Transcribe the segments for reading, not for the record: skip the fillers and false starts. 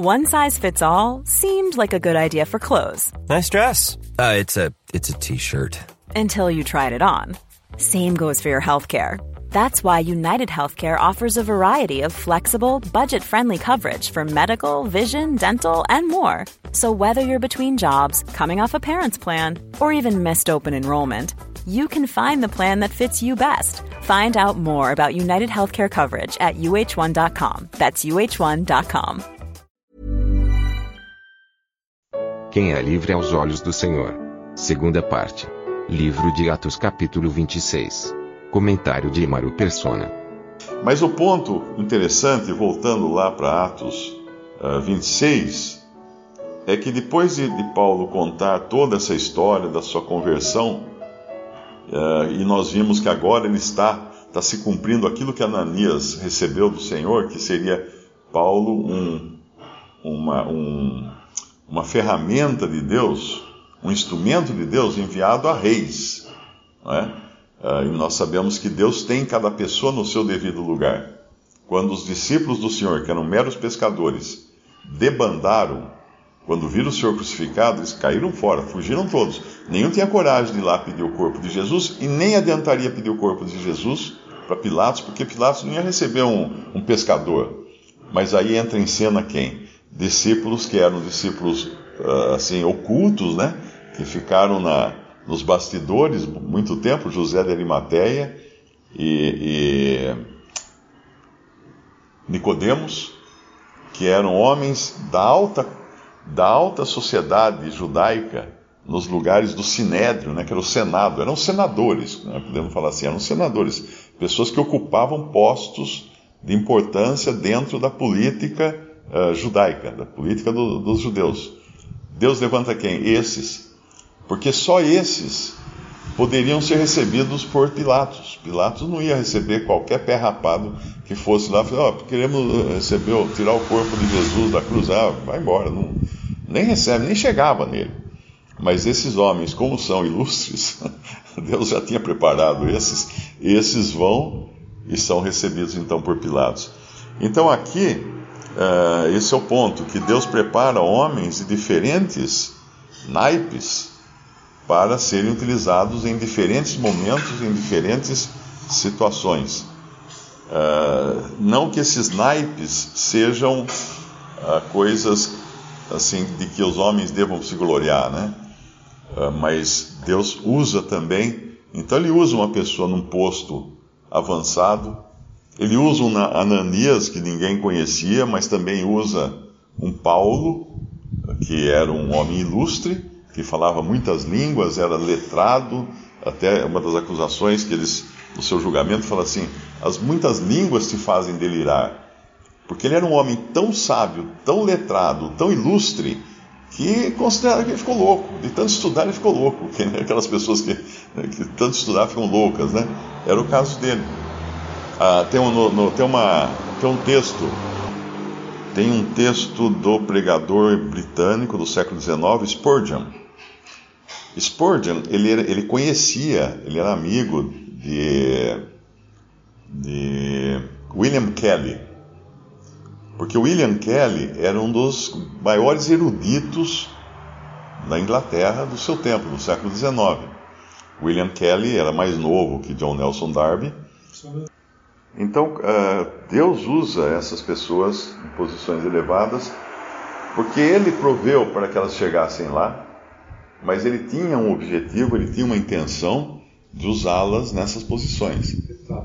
One size fits all seemed like a good idea for clothes. Nice dress. It's a t-shirt. Until you tried it on. Same goes for your healthcare. That's why United Healthcare offers a variety of flexible, budget-friendly coverage for medical, vision, dental, and more. So whether you're between jobs, coming off a parent's plan, or even missed open enrollment, you can find the plan that fits you best. Find out more about United Healthcare coverage at uh1.com. That's uh1.com. Quem é livre aos olhos do Senhor? Segunda parte. Livro de Atos capítulo 26. Comentário de Imaru Persona. Mas o ponto interessante, voltando lá para Atos 26, é que depois de Paulo contar toda essa história da sua conversão, e nós vimos que agora ele está se cumprindo aquilo que Ananias recebeu do Senhor, que seria Paulo uma ferramenta de Deus, um instrumento de Deus enviado a reis, não é? E nós sabemos que Deus tem cada pessoa no seu devido lugar. Quando os discípulos do Senhor, que eram meros pescadores, debandaram, quando viram o Senhor crucificado, eles caíram fora, fugiram todos. Nenhum tinha coragem de ir lá pedir o corpo de Jesus, e nem adiantaria pedir o corpo de Jesus para Pilatos, porque Pilatos não ia receber um pescador. Mas aí entra em cena quem? Discípulos que eram discípulos assim, ocultos, né? Que ficaram nos bastidores muito tempo, José de Arimateia e Nicodemos, que eram homens da alta sociedade judaica, nos lugares do Sinédrio, né, que era o Senado, eram senadores, né, podemos falar assim, eram senadores, pessoas que ocupavam postos de importância dentro da política judaica, da política dos judeus. Deus levanta quem? Esses. Porque só esses poderiam ser recebidos por Pilatos. Pilatos não ia receber qualquer pé rapado que fosse lá e falasse, queremos receber, tirar o corpo de Jesus da cruz. Vai embora. Não, nem recebe, nem chegava nele. Mas esses homens, como são ilustres, Deus já tinha preparado esses vão e são recebidos então por Pilatos. Então aqui, esse é o ponto, que Deus prepara homens de diferentes naipes para serem utilizados em diferentes momentos, em diferentes situações. Não que esses naipes sejam coisas assim de que os homens devam se gloriar, né? Mas Deus usa também. Então ele usa uma pessoa num posto avançado, ele usa um Ananias que ninguém conhecia, mas também usa um Paulo, que era um homem ilustre, que falava muitas línguas, era letrado. Até uma das acusações que eles, no seu julgamento, falam assim: as muitas línguas te fazem delirar. Porque ele era um homem tão sábio, tão letrado, tão ilustre, que consideraram que ele ficou louco. De tanto estudar, ele ficou louco. Aquelas pessoas que tanto estudar ficam loucas, né? Era o caso dele. Tem um texto do pregador britânico do século XIX, Spurgeon. Spurgeon, ele conhecia, ele era amigo de William Kelly. Porque William Kelly era um dos maiores eruditos da Inglaterra do seu tempo, do século XIX. William Kelly era mais novo que John Nelson Darby. Então, Deus usa essas pessoas em posições elevadas, porque Ele proveu para que elas chegassem lá, mas Ele tinha um objetivo, Ele tinha uma intenção de usá-las nessas posições.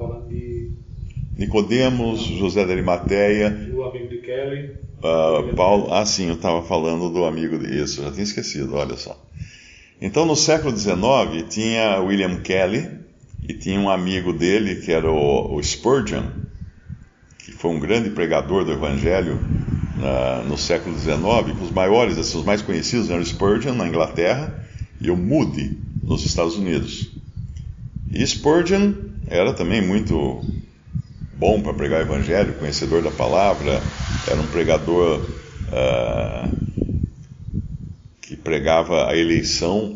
Nicodemos, José de Arimateia, o amigo de Kelly, Paulo. Sim, eu estava falando do amigo disso, já tinha esquecido, olha só. Então, no século XIX, tinha William Kelly, e tinha um amigo dele, que era o Spurgeon, que foi um grande pregador do Evangelho no século XIX, que os maiores, os mais conhecidos eram o Spurgeon, na Inglaterra, e o Moody, nos Estados Unidos. E Spurgeon era também muito bom para pregar o Evangelho, conhecedor da palavra, era um pregador que pregava a eleição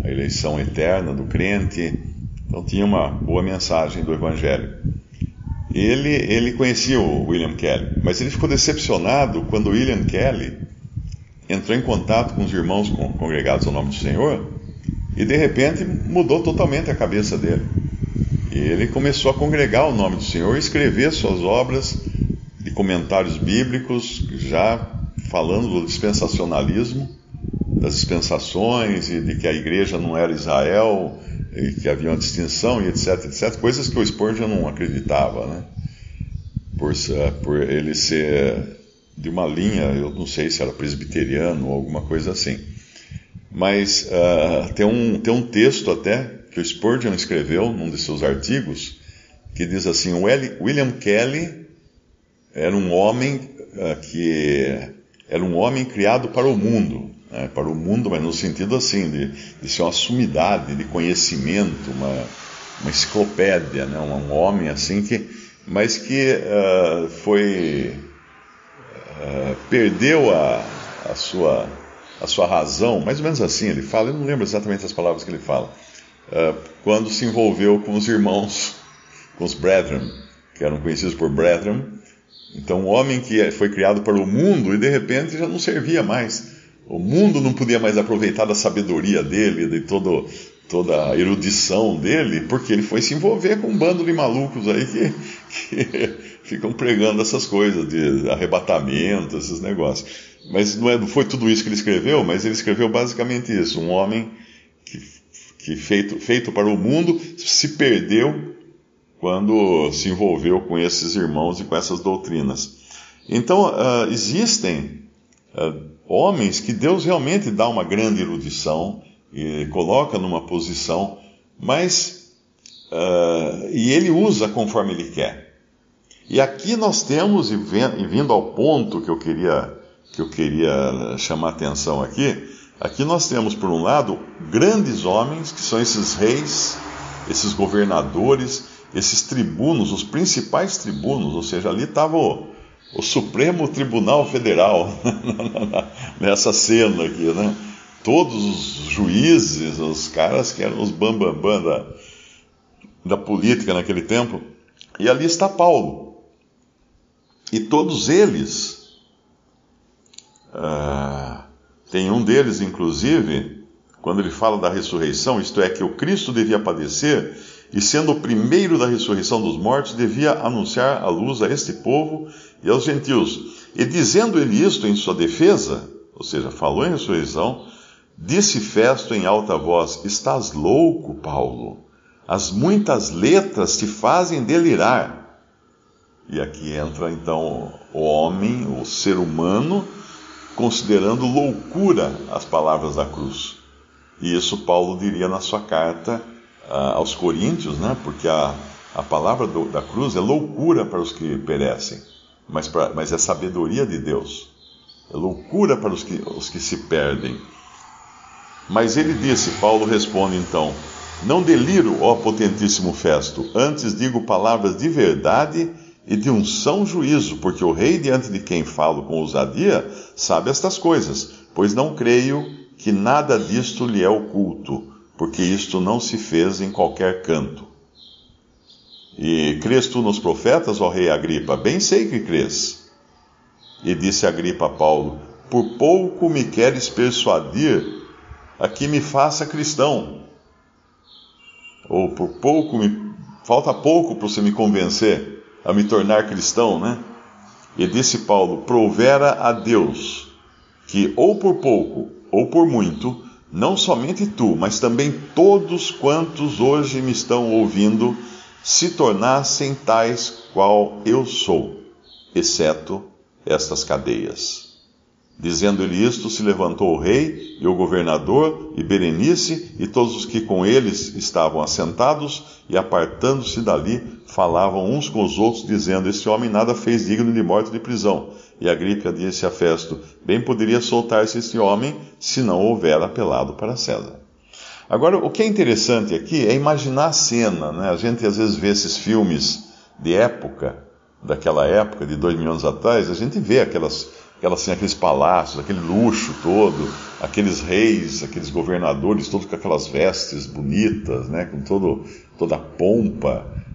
eterna do crente. Então tinha uma boa mensagem do Evangelho. ele conhecia o William Kelly, mas ele ficou decepcionado quando o William Kelly entrou em contato com os irmãos congregados ao nome do Senhor, e de repente mudou totalmente a cabeça dele. E ele começou a congregar o nome do Senhor e escrever suas obras de comentários bíblicos, já falando do dispensacionalismo, das dispensações, e de que a igreja não era Israel, e que havia uma distinção, e etc, etc. Coisas que o Spurgeon não acreditava, né? Por ele ser de uma linha, eu não sei se era presbiteriano ou alguma coisa assim. Mas tem um texto até que o Spurgeon escreveu num de seus artigos, que diz assim: William Kelly era um homem criado para o mundo, né? Para o mundo, mas no sentido assim de ser uma sumidade de conhecimento, uma enciclopédia, né? Um homem assim mas que perdeu a sua razão, mais ou menos assim ele fala, eu não lembro exatamente as palavras que ele fala, quando se envolveu com os irmãos, com os brethren, que eram conhecidos por brethren. Então, um homem que foi criado para o mundo e de repente já não servia mais. O mundo não podia mais aproveitar da sabedoria dele, de toda a erudição dele, porque ele foi se envolver com um bando de malucos aí que ficam pregando essas coisas de arrebatamento, esses negócios. Mas não foi tudo isso que ele escreveu, mas ele escreveu basicamente isso: um homem que feito para o mundo se perdeu quando se envolveu com esses irmãos e com essas doutrinas. Então, existem homens que Deus realmente dá uma grande erudição e coloca numa posição, mas e ele usa conforme ele quer. E aqui nós temos, e vindo ao ponto que eu queria chamar a atenção aqui nós temos, por um lado, grandes homens, que são esses reis, esses governadores, esses tribunos, os principais tribunos, ou seja, ali estava o Supremo Tribunal Federal nessa cena aqui, né? Todos os juízes, os caras que eram os bambambam da política naquele tempo. E ali está Paulo. E todos eles, tem um deles, inclusive, quando ele fala da ressurreição, isto é, que o Cristo devia padecer, e sendo o primeiro da ressurreição dos mortos, devia anunciar a luz a este povo e aos gentios. E dizendo ele isto em sua defesa, ou seja, falou em ressurreição, disse Festo em alta voz: estás louco, Paulo? As muitas letras te fazem delirar. E aqui entra então o homem, o ser humano, considerando loucura as palavras da cruz. E isso Paulo diria na sua carta aos Coríntios, né? Porque a palavra da cruz é loucura para os que perecem, mas é sabedoria de Deus. É loucura para os que se perdem. Mas ele disse, Paulo responde então: não deliro, ó potentíssimo Festo, antes digo palavras de verdade e de um são juízo, porque o rei diante de quem falo com ousadia sabe estas coisas, pois não creio que nada disto lhe é oculto, porque isto não se fez em qualquer canto. E crês tu nos profetas, ó rei Agripa? Bem sei que crês. E disse Agripa a Paulo: por pouco me queres persuadir a que me faça cristão. Ou falta pouco para você me convencer a me tornar cristão, né? E disse Paulo: provera a Deus que ou por pouco ou por muito, não somente tu, mas também todos quantos hoje me estão ouvindo, se tornassem tais qual eu sou, exceto estas cadeias. Dizendo ele isto, se levantou o rei e o governador e Berenice e todos os que com eles estavam assentados, e apartando-se dali, falavam uns com os outros, dizendo: este homem nada fez digno de morte ou de prisão. E Agripa disse a Festo: bem poderia soltar-se este homem, se não houver apelado para César. Agora, o que é interessante aqui é imaginar a cena, né? A gente às vezes vê esses filmes de época, daquela época, de 2000 anos atrás, a gente vê aqueles palácios, aquele luxo todo, aqueles reis, aqueles governadores, todos com aquelas vestes bonitas, né? Com toda a pompa.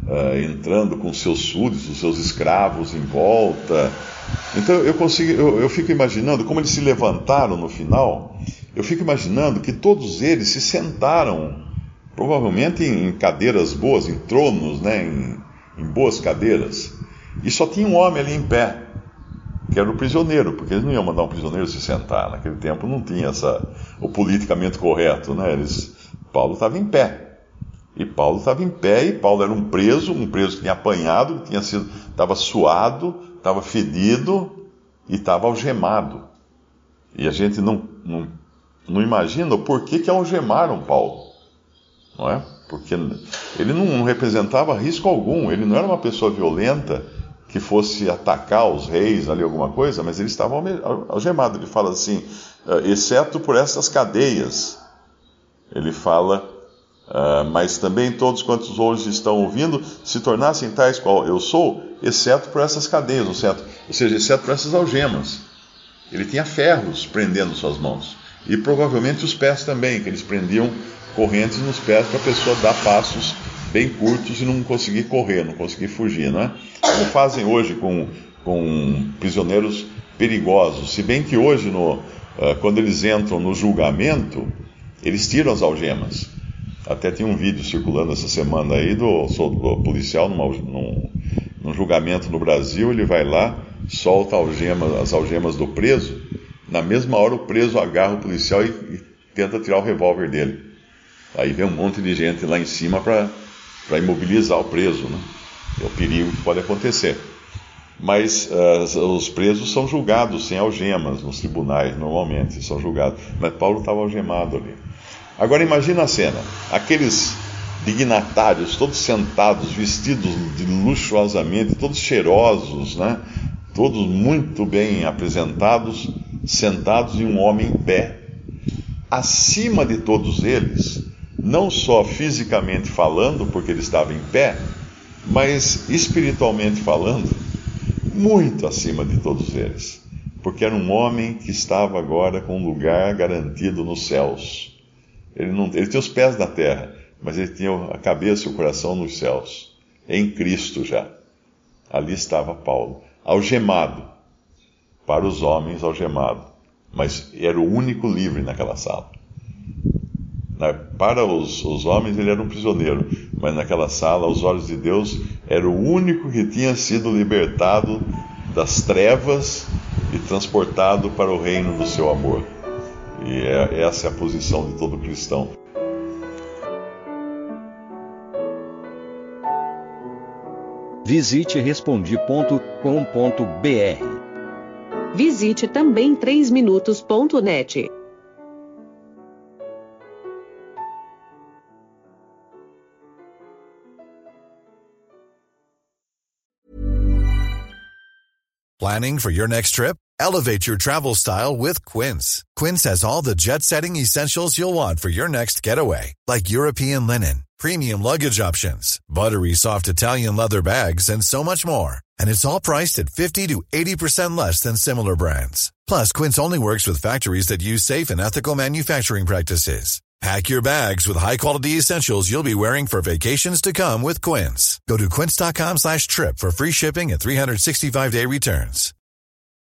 entrando com seus súditos, os seus escravos em volta. Então eu fico imaginando como eles se levantaram no final. Eu fico imaginando que todos eles se sentaram, provavelmente em cadeiras boas, em tronos, né, em boas cadeiras. E só tinha um homem ali em pé, que era o prisioneiro, porque eles não iam mandar um prisioneiro se sentar. Naquele tempo não tinha o politicamente correto, né? Paulo estava em pé. E Paulo era um preso que tinha apanhado, estava suado, estava fedido e estava algemado. E a gente não imagina o porquê que algemaram Paulo, não é? Porque ele não representava risco algum, ele não era uma pessoa violenta que fosse atacar os reis ali, alguma coisa, mas ele estava algemado. Ele fala assim, exceto por essas cadeias. Ele fala, mas também todos quantos hoje estão ouvindo se tornassem tais qual eu sou, exceto por essas cadeias, ou seja, exceto por essas algemas. Ele tinha ferros prendendo suas mãos. E provavelmente os pés também, que eles prendiam correntes nos pés para a pessoa dar passos bem curtos e não conseguir correr, não conseguir fugir, não é? Como fazem hoje com prisioneiros perigosos. Se bem que hoje, quando eles entram no julgamento, eles tiram as algemas. Até tinha um vídeo circulando essa semana aí do policial num julgamento no Brasil. Ele vai lá, solta as algemas do preso. Na mesma hora o preso agarra o policial e tenta tirar o revólver dele. Aí vem um monte de gente lá em cima para imobilizar o preso, né? É o perigo que pode acontecer. Mas os presos são julgados sem algemas nos tribunais, normalmente são julgados. Mas Paulo estava algemado ali. Agora imagina a cena, aqueles dignatários todos sentados, vestidos luxuosamente, todos cheirosos, né? Todos muito bem apresentados, sentados e um homem em pé. Acima de todos eles, não só fisicamente falando, porque ele estava em pé, mas espiritualmente falando, muito acima de todos eles. Porque era um homem que estava agora com um lugar garantido nos céus. Ele tinha os pés na terra, mas ele tinha a cabeça e o coração nos céus, em Cristo já. Ali estava Paulo, algemado, para os homens algemado, mas era o único livre naquela sala. Para os homens ele era um prisioneiro, mas naquela sala, aos olhos de Deus, era o único que tinha sido libertado das trevas e transportado para o reino do seu amor. E essa é a posição de todo cristão. Visite Respondi.com.br. Visite também 3minutos.net. Planning for your next trip? Elevate your travel style with Quince. Quince has all the jet-setting essentials you'll want for your next getaway, like European linen, premium luggage options, buttery soft Italian leather bags, and so much more. And it's all priced at 50 to 80% less than similar brands. Plus, Quince only works with factories that use safe and ethical manufacturing practices. Pack your bags with high-quality essentials you'll be wearing for vacations to come with Quince. Go to quince.com/trip for free shipping and 365-day returns.